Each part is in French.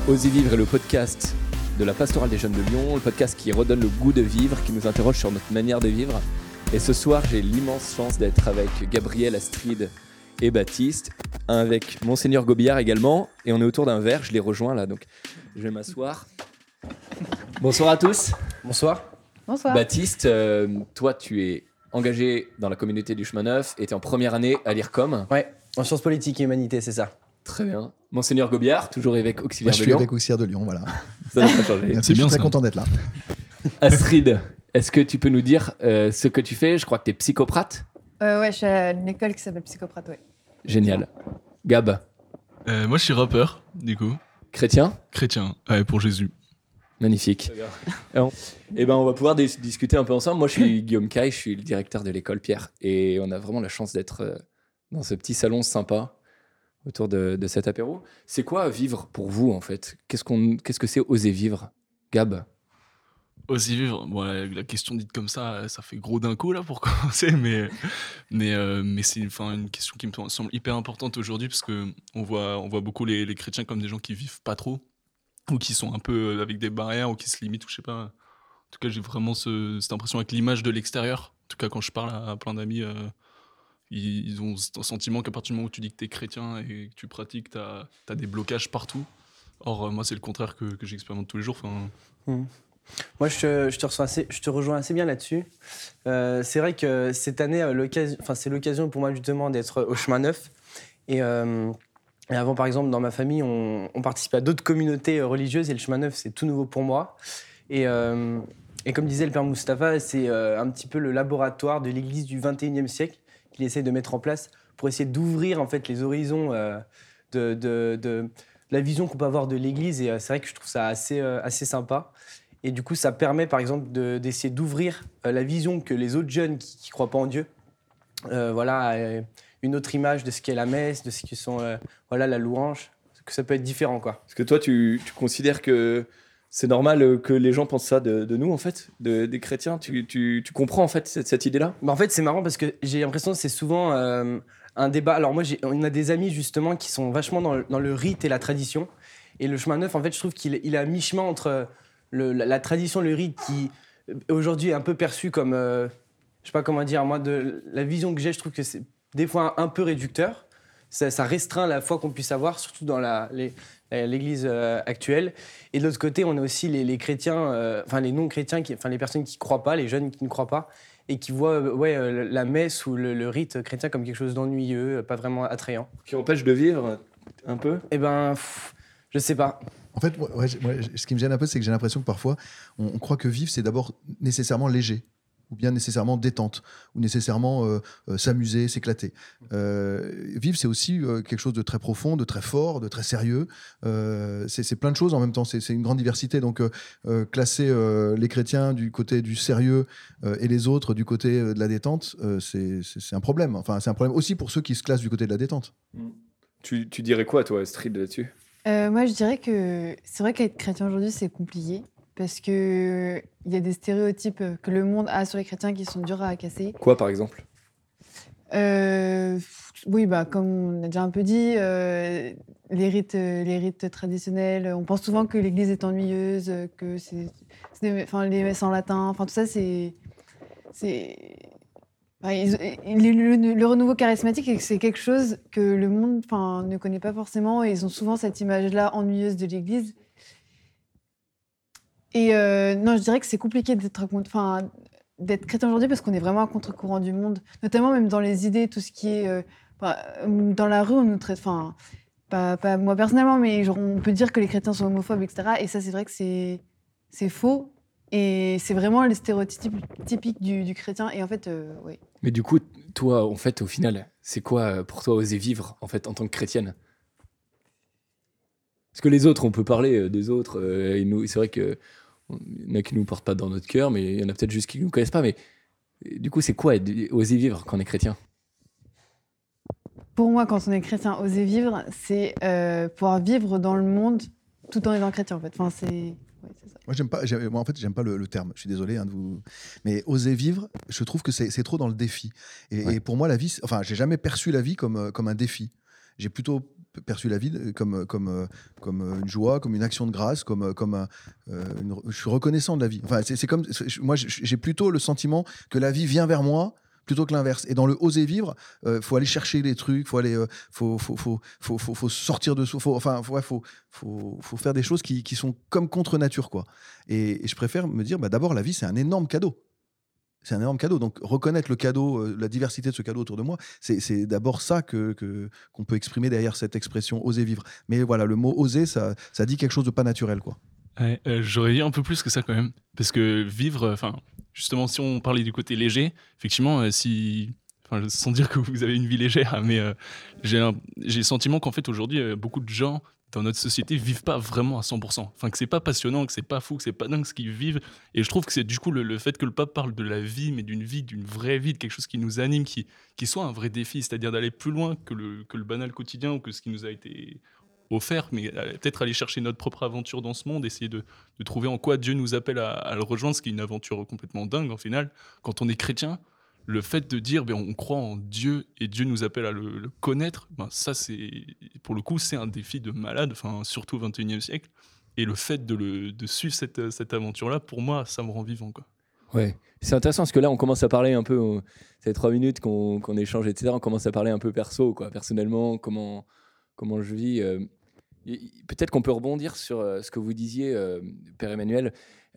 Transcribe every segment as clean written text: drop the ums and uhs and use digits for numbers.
Oser vivre est le podcast de la Pastorale des Jeunes de Lyon, le podcast qui redonne le goût de vivre, qui nous interroge sur notre manière de vivre. Et ce soir, j'ai l'immense chance d'être avec Gabriel, Astrid et Baptiste, avec Monseigneur Gobillard également, et on est autour d'un verre, je les rejoins là, donc je vais m'asseoir. Bonsoir à tous. Bonsoir. Bonsoir. Baptiste, toi tu es engagé dans la communauté du Chemin Neuf et tu es en première année à l'IRCOM. Ouais, en sciences politiques et humanité, c'est ça. Très bien. Monseigneur Gobillard, toujours évêque auxiliaire Moi, de je suis Lyon. évêque auxiliaire de Lyon, voilà. Ça n'a pas changé. Merci, C'est je bien suis très ça. content d'être là. Astrid, est-ce que tu peux nous dire ce que tu fais ? Je crois que tu es psychoprate. Ouais, je suis à une école qui s'appelle Psychoprate, ouais. Génial. Gab, Moi, je suis rappeur, du coup. chrétien ? Chrétien, ouais, pour Jésus. Magnifique. Eh ben, on va pouvoir discuter un peu ensemble. Moi, je suis Guillaume Caille, je suis le directeur de l'école Pierre. Et on a vraiment la chance d'être dans ce petit salon sympa autour de cet apéro. C'est quoi vivre pour vous, en fait ? Qu'est-ce que c'est oser vivre ? Gab ? Oser vivre, bon, la question dite comme ça fait gros d'un coup, là, pour commencer. Mais c'est une question qui me semble hyper importante aujourd'hui, parce qu'on voit beaucoup les chrétiens comme des gens qui vivent pas trop, ou qui sont un peu avec des barrières, ou qui se limitent, ou je sais pas. En tout cas, j'ai vraiment cette impression avec l'image de l'extérieur. En tout cas, quand je parle à plein d'amis, ils ont ce sentiment qu'à partir du moment où tu dis que t'es chrétien et que tu pratiques, t'as des blocages partout. Or, moi, c'est le contraire que j'expérimente tous les jours. Moi, je te rejoins assez bien là-dessus. C'est vrai que cette année, c'est l'occasion pour moi justement d'être au Chemin Neuf. Et avant, par exemple, dans ma famille, on participait à d'autres communautés religieuses et le Chemin Neuf, c'est tout nouveau pour moi. Et comme disait le père Moustapha, c'est un petit peu le laboratoire de l'Église du XXIe siècle qu'il essaie de mettre en place pour essayer d'ouvrir en fait les horizons de la vision qu'on peut avoir de l'Église. Et c'est vrai que je trouve ça assez sympa. Et du coup, ça permet, par exemple, d'essayer d'ouvrir la vision que les autres jeunes qui ne croient pas en Dieu, une autre image de ce qu'est la messe, de ce que sont la louange, que ça peut être différent, quoi. Est-ce que toi, tu considères que c'est normal que les gens pensent ça de nous, en fait, des chrétiens ? Tu comprends, en fait, cette idée-là ? En fait, c'est marrant parce que j'ai l'impression que c'est souvent un débat. Alors moi, on a des amis, justement, qui sont vachement dans le rite et la tradition. Et le Chemin Neuf, en fait, je trouve qu'il est à mi-chemin entre la tradition, le rite, qui aujourd'hui est un peu perçu comme, je sais pas comment dire, moi, de la vision que j'ai, je trouve que c'est des fois un peu réducteur. Ça restreint la foi qu'on puisse avoir, surtout dans l'Église actuelle. Et de l'autre côté, on a aussi les chrétiens, les non-chrétiens, les personnes qui ne croient pas, les jeunes qui ne croient pas, et qui voient la messe ou le rite chrétien comme quelque chose d'ennuyeux, pas vraiment attrayant. Qui empêche de vivre un peu ? Eh ben, je sais pas. En fait, moi, ce qui me gêne un peu, c'est que j'ai l'impression que parfois, on croit que vivre, c'est d'abord nécessairement léger, ou bien nécessairement détente, ou nécessairement s'amuser, s'éclater. Vivre, c'est aussi quelque chose de très profond, de très fort, de très sérieux. C'est plein de choses en même temps, c'est une grande diversité. Donc, classer les chrétiens du côté du sérieux et les autres du côté de la détente, c'est un problème. Enfin, c'est un problème aussi pour ceux qui se classent du côté de la détente. Tu dirais quoi, toi, Astrid, là-dessus ? Moi, je dirais que c'est vrai qu'être chrétien aujourd'hui, c'est compliqué. Parce qu'il y a des stéréotypes que le monde a sur les chrétiens qui sont durs à casser. Quoi, par exemple ? Oui, comme on a déjà un peu dit, les rites traditionnels, on pense souvent que l'Église est ennuyeuse, que les messes en latin, tout ça, le renouveau charismatique, c'est quelque chose que le monde ne connaît pas forcément, et ils ont souvent cette image-là ennuyeuse de l'Église. Et non, je dirais que c'est compliqué d'être chrétien aujourd'hui parce qu'on est vraiment à contre-courant du monde, notamment même dans les idées, tout ce qui est dans la rue, on nous traite, pas moi personnellement, mais genre, on peut dire que les chrétiens sont homophobes, etc. Et ça, c'est vrai que c'est faux, et c'est vraiment le stéréotype typique du chrétien. Et en fait, oui. Mais du coup, toi, en fait, au final, c'est quoi pour toi oser vivre, en fait, en tant que chrétienne ? Parce que les autres, on peut parler des autres. C'est vrai qu'il y en a qui ne nous portent pas dans notre cœur, mais il y en a peut-être juste qui ne nous connaissent pas. Mais du coup, c'est quoi oser vivre quand on est chrétien ? Pour moi, quand on est chrétien, oser vivre, c'est pouvoir vivre dans le monde tout en étant chrétien, en fait. C'est ça. Moi, j'aime pas le terme. Je suis désolé de vous. Mais oser vivre, je trouve que c'est trop dans le défi. Et pour moi, la vie, j'ai jamais perçu la vie comme un défi. J'ai plutôt perçu la vie comme une joie, comme une action de grâce, je suis reconnaissant de la vie. Enfin, moi, j'ai plutôt le sentiment que la vie vient vers moi plutôt que l'inverse. Et dans le oser vivre, faut aller chercher les trucs, faut sortir de soi, faut faire des choses qui sont comme contre nature, quoi. Et je préfère me dire, d'abord, la vie, c'est un énorme cadeau. C'est un énorme cadeau. Donc, reconnaître le cadeau, la diversité de ce cadeau autour de moi, c'est d'abord ça qu'on peut exprimer derrière cette expression oser vivre. Mais voilà, le mot oser, ça dit quelque chose de pas naturel, quoi. Ouais, j'aurais dit un peu plus que ça quand même. Parce que vivre, justement, si on parlait du côté léger, effectivement, sans dire que vous avez une vie légère, mais j'ai le sentiment qu'en fait, aujourd'hui, beaucoup de gens dans notre société vivent pas vraiment à 100%. Enfin, que c'est pas passionnant, que c'est pas fou, que c'est pas dingue ce qu'ils vivent. Et je trouve que c'est du coup le fait que le pape parle de la vie, mais d'une vie, d'une vraie vie, de quelque chose qui nous anime, qui soit un vrai défi, c'est-à-dire d'aller plus loin que le banal quotidien ou que ce qui nous a été offert, mais peut-être aller chercher notre propre aventure dans ce monde, essayer de trouver en quoi Dieu nous appelle à le rejoindre, ce qui est une aventure complètement dingue en final. Quand on est chrétien, le fait de dire on croit en Dieu et Dieu nous appelle à le connaître, ça pour le coup c'est un défi de malade, surtout au XXIe siècle. Et le fait de suivre cette aventure-là, pour moi, ça me rend vivant, quoi. Ouais, c'est intéressant parce que là on commence à parler un peu, ces 3 minutes qu'on échange, etc. On commence à parler un peu perso, quoi. Personnellement, comment je vis. Peut-être qu'on peut rebondir sur ce que vous disiez, Père Emmanuel.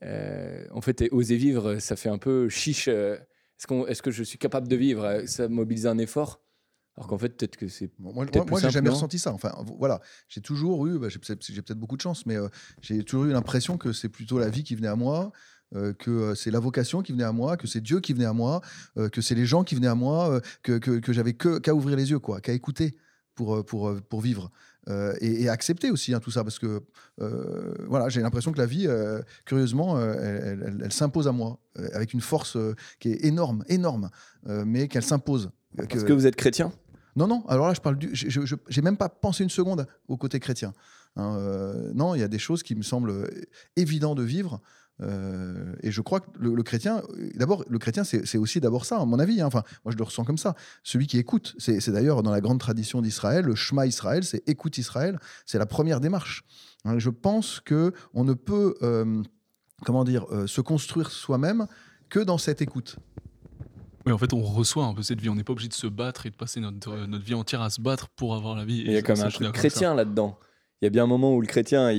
En fait, oser vivre, ça fait un peu chiche. Est-ce que je suis capable de vivre? Ça mobilise un effort. Alors qu'en fait, peut-être que c'est. Moi, plus j'ai jamais simple, ressenti ça. Enfin, voilà, j'ai toujours eu, j'ai peut-être beaucoup de chance, mais j'ai toujours eu l'impression que c'est plutôt la vie qui venait à moi, que c'est la vocation qui venait à moi, que c'est Dieu qui venait à moi, que c'est les gens qui venaient à moi, que j'avais qu'à ouvrir les yeux, quoi, qu'à écouter pour vivre. Et accepter aussi tout ça, parce que voilà, j'ai l'impression que la vie, curieusement, elle s'impose à moi avec une force qui est énorme, mais qu'elle s'impose. Parce que vous êtes chrétien? Non, alors là, je parle j'ai même pas pensé une seconde au côté chrétien. Non, il y a des choses qui me semblent évidentes de vivre. Et je crois que le chrétien, c'est aussi d'abord ça, à mon avis. Enfin, moi, je le ressens comme ça. Celui qui écoute, c'est d'ailleurs dans la grande tradition d'Israël, le Shema Israël, c'est écoute Israël, c'est la première démarche. Je pense que on ne peut, se construire soi-même que dans cette écoute. Oui, en fait, on reçoit un peu cette vie. On n'est pas obligé de se battre et de passer notre vie entière à se battre pour avoir la vie. Il y a comme un truc chrétien là-dedans. Il y a bien un moment où le chrétien,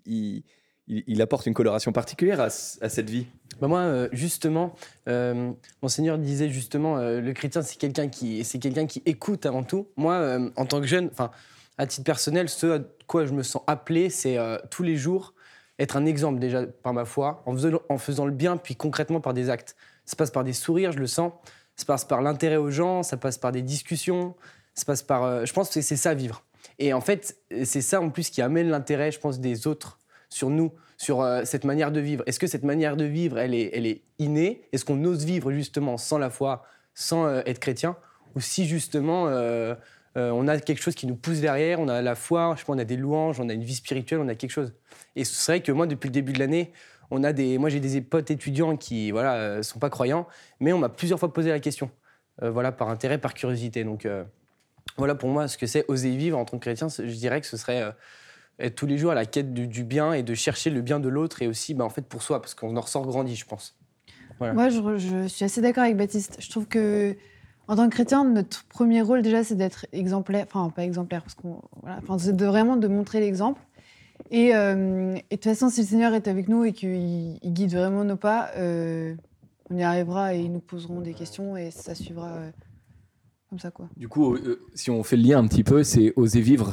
il apporte une coloration particulière à cette vie. Moi, justement, Monseigneur disait justement, le chrétien, c'est quelqu'un qui écoute avant tout. Moi, en tant que jeune, à titre personnel, ce à quoi je me sens appelé, c'est tous les jours être un exemple déjà par ma foi, en faisant le bien, puis concrètement par des actes. Ça passe par des sourires, je le sens. Ça passe par l'intérêt aux gens, ça passe par des discussions, ça passe par... je pense que c'est ça, vivre. Et en fait, c'est ça en plus qui amène l'intérêt, je pense, des autres sur nous, sur cette manière de vivre. Est-ce que cette manière de vivre, elle est innée? Est-ce qu'on ose vivre justement sans la foi, sans être chrétien? Ou si justement on a quelque chose qui nous pousse derrière, on a la foi, je sais pas, on a des louanges, on a une vie spirituelle, on a quelque chose. Et c'est vrai que moi, depuis le début de l'année, moi j'ai des potes étudiants qui sont pas croyants, mais on m'a plusieurs fois posé la question, par intérêt, par curiosité. Donc voilà pour moi ce que c'est oser vivre en tant que chrétien. Je dirais que ce serait être tous les jours à la quête du bien et de chercher le bien de l'autre, et aussi en fait pour soi, parce qu'on en ressort grandi, je pense. Voilà. Moi, je suis assez d'accord avec Baptiste. Je trouve que en tant que chrétien, notre premier rôle déjà, c'est d'être exemplaire, enfin pas exemplaire, parce c'est vraiment de montrer l'exemple. Et de toute façon, si le Seigneur est avec nous et qu'il guide vraiment nos pas, on y arrivera et ils nous poseront des questions et ça suivra comme ça, quoi. Du coup, si on fait le lien un petit peu, c'est oser vivre,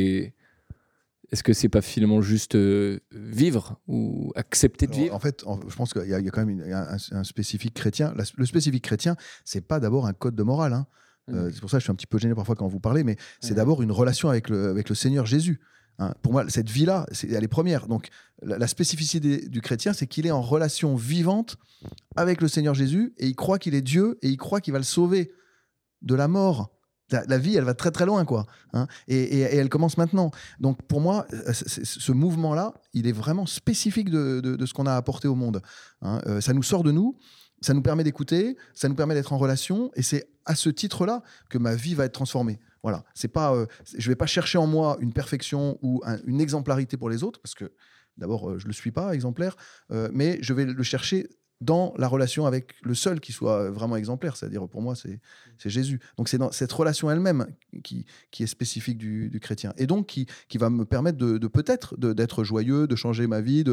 est-ce que c'est pas finalement juste vivre ou accepter de vivre? En fait, je pense qu'il y a quand même un spécifique chrétien. Le spécifique chrétien, c'est pas d'abord un code de morale. C'est pour ça que je suis un petit peu gêné parfois quand vous parlez, mais c'est d'abord une relation avec le Seigneur Jésus. Pour moi, cette vie-là, elle est première. Donc, la spécificité du chrétien, c'est qu'il est en relation vivante avec le Seigneur Jésus, et il croit qu'il est Dieu, et il croit qu'il va le sauver de la mort. La vie, elle va très très loin, quoi. Et elle commence maintenant. Donc, pour moi, ce mouvement-là, il est vraiment spécifique de ce qu'on a apporté au monde. Ça nous sort de nous, ça nous permet d'écouter, ça nous permet d'être en relation, et c'est à ce titre-là que ma vie va être transformée. Voilà, c'est pas, je vais pas chercher en moi une perfection ou une exemplarité pour les autres, parce que d'abord, je le suis pas exemplaire, mais je vais le chercher dans la relation avec le seul qui soit vraiment exemplaire, c'est-à-dire pour moi c'est Jésus. Donc c'est dans cette relation elle-même qui est spécifique du chrétien, et donc qui va me permettre de peut-être d'être joyeux, de changer ma vie,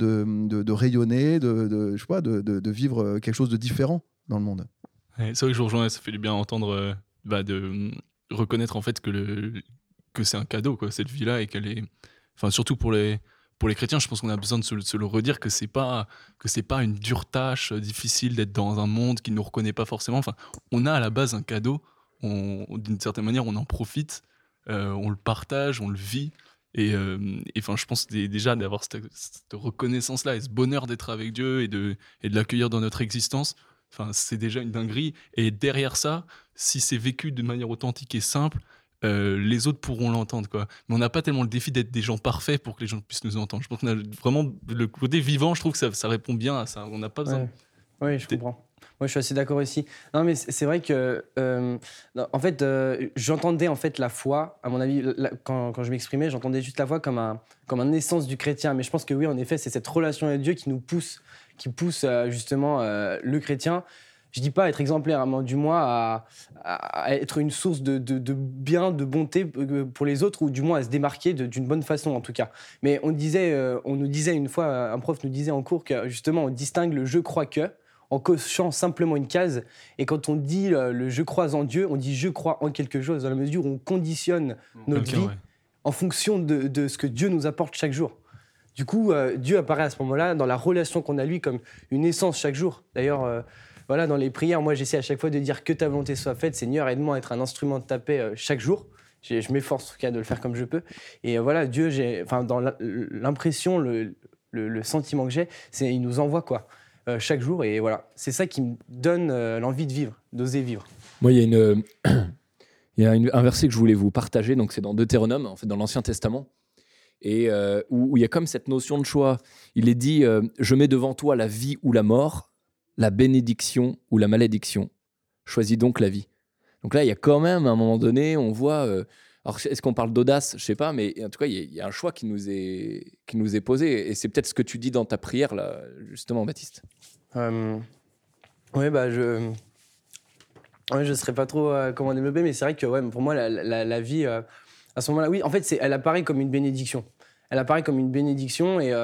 de rayonner, je sais pas, de vivre quelque chose de différent dans le monde. Ouais, c'est vrai que je vous rejoins, ça fait du bien entendre, de reconnaître en fait que c'est un cadeau, quoi, cette vie-là, et qu'elle est. Enfin, surtout pour les chrétiens, je pense qu'on a besoin de se le redire, que c'est pas une dure tâche difficile d'être dans un monde qui ne nous reconnaît pas forcément. Enfin, on a à la base un cadeau, d'une certaine manière, on en profite, on le partage, on le vit. Et enfin, je pense déjà d'avoir cette reconnaissance-là et ce bonheur d'être avec Dieu et de l'accueillir dans notre existence. Enfin, c'est déjà une dinguerie. Et derrière ça, si c'est vécu de manière authentique et simple, les autres pourront l'entendre, quoi. Mais on n'a pas tellement le défi d'être des gens parfaits pour que les gens puissent nous entendre. Je pense qu'on a vraiment le côté vivant, je trouve que ça répond bien à ça. On n'a pas besoin. Ouais. Oui, je comprends. Moi, je suis assez d'accord aussi. Non, mais c'est vrai que, en fait, j'entendais en fait la foi, à mon avis, quand je m'exprimais, j'entendais juste la foi comme un essence du chrétien. Mais je pense que oui, en effet, c'est cette relation avec Dieu qui pousse justement le chrétien. Je dis pas être exemplaire, mais du moins à être une source de bien, de bonté pour les autres, ou du moins à se démarquer d'une bonne façon en tout cas. Mais on nous disait une fois, un prof nous disait en cours que justement on distingue le « je crois que » en cochant simplement une case, et quand on dit le « je crois en Dieu », on dit « je crois en quelque chose », dans la mesure où on conditionne notre vie en fonction de ce que Dieu nous apporte chaque jour. Du coup, Dieu apparaît à ce moment-là dans la relation qu'on a lui comme une essence chaque jour. D'ailleurs, voilà, dans les prières, moi j'essaie à chaque fois de dire que ta volonté soit faite. Seigneur, aide-moi à être un instrument de ta paix chaque jour. Je m'efforce en tout cas de le faire comme je peux. Et voilà, Dieu, dans l'impression, le sentiment que j'ai, c'est qu'il nous envoie quoi chaque jour. Et voilà, c'est ça qui me donne l'envie de vivre, d'oser vivre. Moi, il y a un verset que je voulais vous partager. Donc c'est dans Deutéronome, en fait, dans l'Ancien Testament. Et où il y a comme cette notion de choix. Il est dit je mets devant toi la vie ou la mort, la bénédiction ou la malédiction. Choisis donc la vie. Donc là, il y a quand même, à un moment donné, on voit... alors, est-ce qu'on parle d'audace ? Je sais pas, mais en tout cas, il y a un choix qui nous est posé. Et c'est peut-être ce que tu dis dans ta prière, là, justement, Baptiste. Oui, je sais pas trop comment développer, mais c'est vrai que pour moi, la vie... à ce moment-là, oui, en fait, elle apparaît comme une bénédiction. Elle apparaît comme une bénédiction, et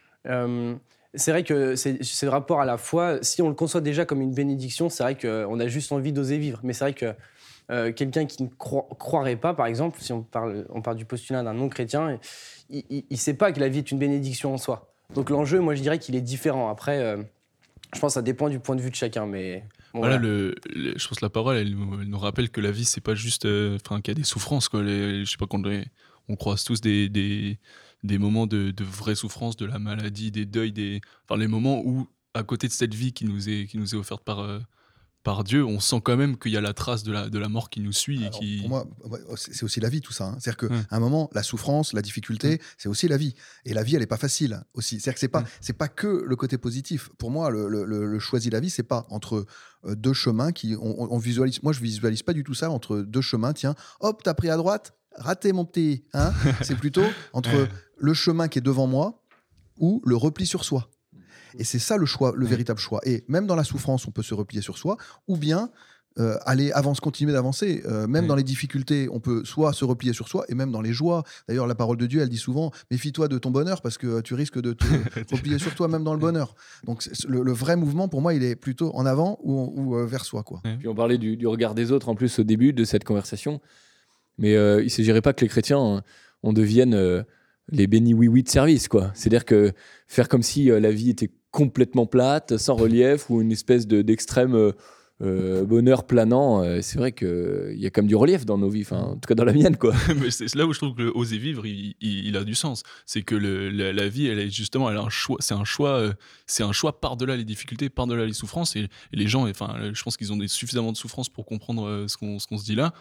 c'est vrai que c'est le rapport à la foi. Si on le conçoit déjà comme une bénédiction, c'est vrai qu'on a juste envie d'oser vivre. Mais c'est vrai que quelqu'un qui ne croirait pas, par exemple, si on parle du postulat d'un non-chrétien, il ne sait pas que la vie est une bénédiction en soi. Donc l'enjeu, moi, je dirais qu'il est différent. Après, je pense que ça dépend du point de vue de chacun, mais... Bon, voilà. Je pense que la parole, elle nous rappelle que la vie, c'est pas juste, qu'il y a des souffrances, quoi. Je sais pas, quand on croise tous des moments de vraie souffrance, de la maladie, des deuils, les moments où, à côté de cette vie qui nous est offerte par Dieu, on sent quand même qu'il y a la trace de la mort qui nous suit. Alors, pour moi, c'est aussi la vie, tout ça. Hein. C'est-à-dire qu'à un moment, la souffrance, la difficulté, c'est aussi la vie. Et la vie, elle n'est pas facile aussi. C'est-à-dire que c'est pas que le côté positif. Pour moi, le choisi la vie, c'est pas entre deux chemins qui on visualise. Moi, je visualise pas du tout ça entre deux chemins. Tiens, hop, t'as pris à droite, raté mon petit. Hein. C'est plutôt entre le chemin qui est devant moi ou le repli sur soi. Et c'est ça le choix, le véritable choix. Et même dans la souffrance, on peut se replier sur soi, ou bien continuer d'avancer. Même dans les difficultés, on peut soit se replier sur soi, et même dans les joies. D'ailleurs, la parole de Dieu, elle dit souvent « Méfie-toi de ton bonheur, parce que tu risques de te replier sur toi, même dans le bonheur. » Donc le vrai mouvement, pour moi, il est plutôt en avant ou vers soi, quoi. Puis on parlait du regard des autres, en plus, au début de cette conversation. Mais il ne s'agirait pas que les chrétiens, on devienne les bénis oui-oui de service, quoi. C'est-à-dire que faire comme si la vie était complètement plate, sans relief, ou une espèce d'extrême bonheur planant, c'est vrai qu'il y a quand même du relief dans nos vies, en tout cas dans la mienne, quoi. Mais c'est là où je trouve que oser vivre, il a du sens. C'est que la vie, elle est justement, elle a un choix. C'est un choix par-delà les difficultés, par-delà les souffrances. Et les gens, je pense qu'ils ont suffisamment de souffrances pour comprendre ce qu'on se dit là.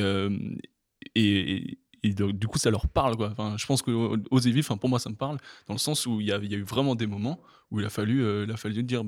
Et du coup, ça leur parle, quoi. Je pense que oser vivre, pour moi, ça me parle, dans le sens où il y a eu vraiment des moments où il a fallu dire,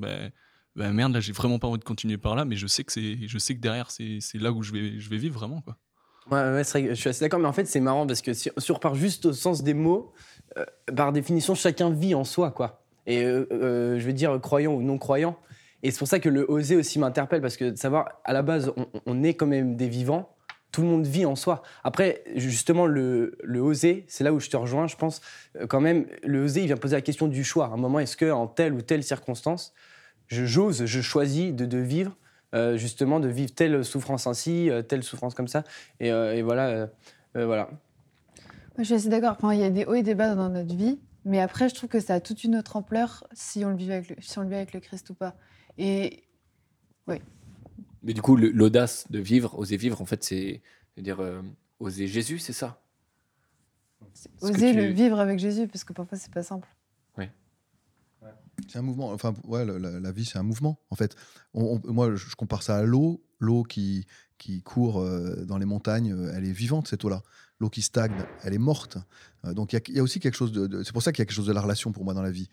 merde, là, j'ai vraiment pas envie de continuer par là, mais je sais que derrière, c'est là où je vais vivre vraiment, quoi. Ouais, c'est vrai que je suis assez d'accord, mais en fait, c'est marrant parce que si on repart juste au sens des mots, par définition, chacun vit en soi, quoi. Et je veux dire, croyant ou non croyant. Et c'est pour ça que le oser aussi m'interpelle, parce que de savoir, à la base, on est quand même des vivants, tout le monde vit en soi. Après, justement, le oser, c'est là où je te rejoins, je pense, quand même, le oser, il vient poser la question du choix. À un moment, est-ce qu'en telle ou telle circonstance, je choisis de vivre, justement, de vivre telle souffrance ainsi, telle souffrance comme ça. Et voilà. Voilà. Je suis assez d'accord. Enfin, il y a des hauts et des bas dans notre vie, mais après, je trouve que ça a toute une autre ampleur si on le vit avec le Christ ou pas. Et Mais du coup, l'audace de vivre, oser vivre, en fait, c'est dire oser Jésus, c'est ça? Parce que oser le vivre avec Jésus, parce que parfois, c'est pas simple. C'est un mouvement. Enfin, ouais, la vie, c'est un mouvement. En fait, moi, je compare ça à l'eau. L'eau qui court dans les montagnes, elle est vivante, cette eau-là. L'eau qui stagne, elle est morte. Donc, il y a aussi quelque chose c'est pour ça qu'il y a quelque chose de la relation pour moi dans la vie.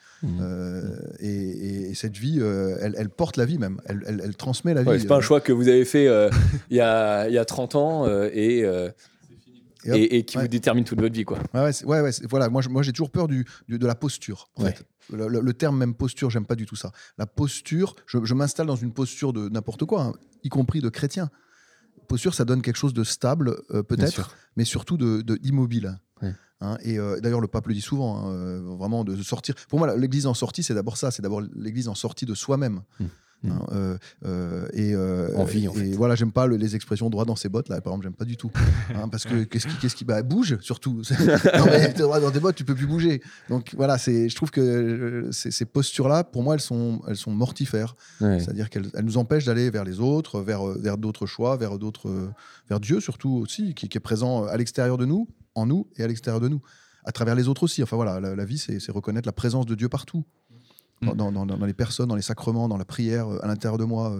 Et cette vie, elle porte la vie même. Elle transmet la vie. Ouais, c'est pas un choix que vous avez fait il y a 30 ans et qui vous détermine toute votre vie, quoi. Voilà, moi j'ai toujours peur de la posture. En fait. Le terme même posture, j'aime pas du tout ça. La posture, je m'installe dans une posture de n'importe quoi, hein, y compris de chrétien. Posture, ça donne quelque chose de stable, peut-être, mais surtout d'immobile. Ouais. Hein, et d'ailleurs, le pape le dit souvent, hein, vraiment de sortir. Pour moi, l'église en sortie, c'est d'abord ça, c'est d'abord l'église en sortie de soi-même. Hein, En vie, en fait. Et voilà, j'aime pas les expressions droit dans ses bottes, là, par exemple, j'aime pas du tout. Hein, parce que qu'est-ce qui bouge, surtout. Non, mais t'es droit dans tes bottes, tu peux plus bouger. Donc voilà, je trouve que ces postures-là, pour moi, elles sont mortifères. Ouais. C'est-à-dire qu'elles nous empêchent d'aller vers les autres, vers d'autres choix, vers Dieu surtout aussi, qui est présent à l'extérieur de nous, en nous et à l'extérieur de nous, à travers les autres aussi. Enfin voilà, la vie, c'est reconnaître la présence de Dieu partout. Dans les personnes, dans les sacrements, dans la prière, à l'intérieur de moi,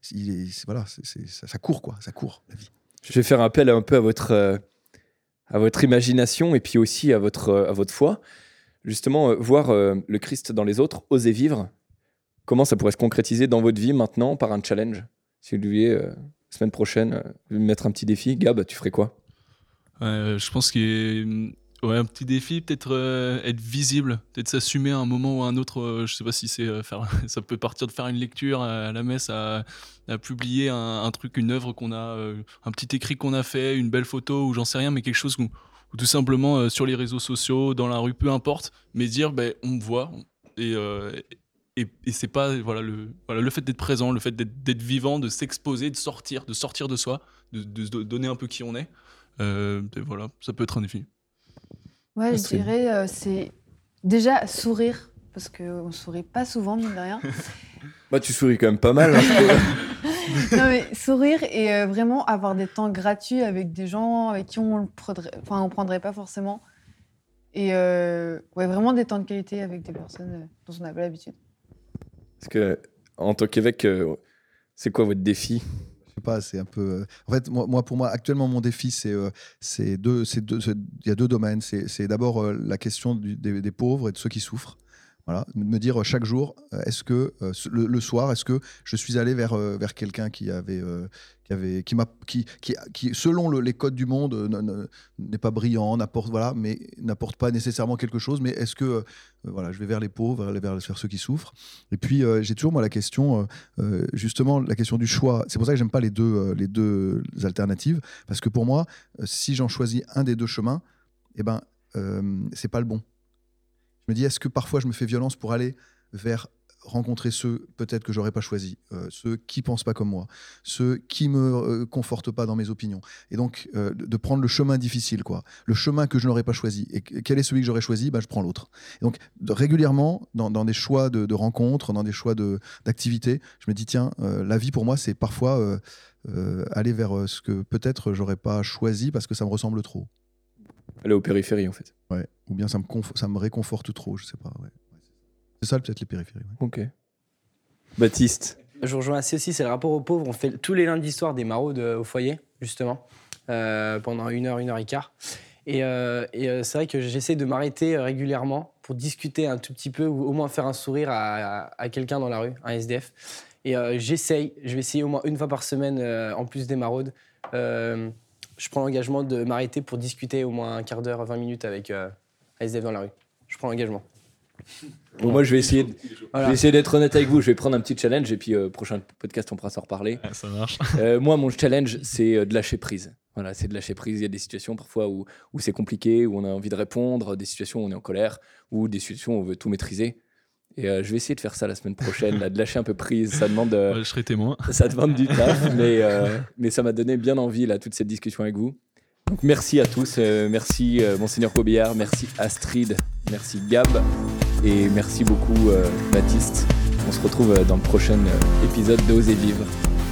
ça court, quoi. Ça court, la vie. Je vais faire appel un peu à votre imagination et puis aussi à votre foi. Justement, voir le Christ dans les autres, oser vivre, comment ça pourrait se concrétiser dans votre vie maintenant par un challenge? Si vous deviez, semaine prochaine, mettre un petit défi, Gab, tu ferais quoi? Je pense qu'il y a un petit défi, peut-être être visible, peut-être s'assumer à un moment ou à un autre. Je sais pas si c'est ça peut partir de faire une lecture à la messe, à publier un truc, une œuvre qu'on a, un petit écrit qu'on a fait, une belle photo ou j'en sais rien, mais quelque chose où tout simplement sur les réseaux sociaux, dans la rue, peu importe, mais dire on me voit et c'est pas le fait d'être présent, le fait d'être vivant, de s'exposer, de sortir de soi, de se donner un peu qui on est. Et voilà, ça peut être un défi. Ouais, je dirais, c'est déjà sourire, parce qu'on ne sourit pas souvent, mine de rien. Bah, tu souris quand même pas mal. Non, mais sourire et vraiment avoir des temps gratuits avec des gens avec qui on ne prendrait pas forcément. Et vraiment des temps de qualité avec des personnes dont on n'a pas l'habitude. Parce que, en tant qu'évêque, c'est quoi votre défi ? Je sais pas, c'est un peu. En fait, pour moi, actuellement, mon défi, il y a deux domaines. C'est d'abord la question des pauvres et de ceux qui souffrent. Voilà, me dire chaque jour, est-ce que le soir, est-ce que je suis allé vers quelqu'un qui selon les codes du monde n'est pas brillant, mais n'apporte pas nécessairement quelque chose. Mais est-ce que je vais vers les pauvres, vers ceux qui souffrent. Et puis j'ai toujours moi la question, justement la question du choix. C'est pour ça que j'aime pas les deux alternatives, parce que pour moi, si j'en choisis un des deux chemins, c'est pas le bon. Je me dis, est-ce que parfois je me fais violence pour aller vers rencontrer ceux peut-être que j'aurais pas choisi, ceux qui pensent pas comme moi, ceux qui me confortent pas dans mes opinions, et donc de prendre le chemin difficile, quoi, le chemin que je n'aurais pas choisi. Et quel est celui que j'aurais choisi ? Je prends l'autre. Et donc régulièrement dans des choix de rencontres, dans des choix d'activités, je me dis tiens, la vie pour moi c'est parfois aller vers ce que peut-être j'aurais pas choisi parce que ça me ressemble trop. Aller aux périphéries, en fait. Ouais. Ou bien ça me réconforte trop, je sais pas. Ouais. C'est ça, peut-être, les périphéries. Ouais. Ok. Baptiste. Je vous rejoins assez aussi, c'est le rapport aux pauvres. On fait tous les lundis soirs des maraudes au foyer, justement, pendant 1 et quart. Et c'est vrai que j'essaie de m'arrêter régulièrement pour discuter un tout petit peu, ou au moins faire un sourire à quelqu'un dans la rue, un SDF. Et je vais essayer au moins une fois par semaine, en plus des maraudes, je prends l'engagement de m'arrêter pour discuter au moins un quart d'heure, 20 minutes avec SDF dans la rue. Je prends l'engagement. Bon, moi, je vais essayer d'être honnête avec vous. Je vais prendre un petit challenge et puis prochain podcast, on pourra s'en reparler. Ouais, ça marche. Moi, mon challenge, c'est de lâcher prise. Voilà, c'est de lâcher prise. Il y a des situations parfois où c'est compliqué, où on a envie de répondre, des situations où on est en colère, ou des situations où on veut tout maîtriser. Et je vais essayer de faire ça la semaine prochaine, là, de lâcher un peu prise. Ça demande, Ouais, je serai témoin. ça demande du taf, mais ça m'a donné bien envie, là, toute cette discussion avec vous. Donc, merci à tous. Merci, Monseigneur Cobillard. Merci, Astrid. Merci, Gab. Et merci beaucoup, Baptiste. On se retrouve dans le prochain épisode d'Oser Vivre.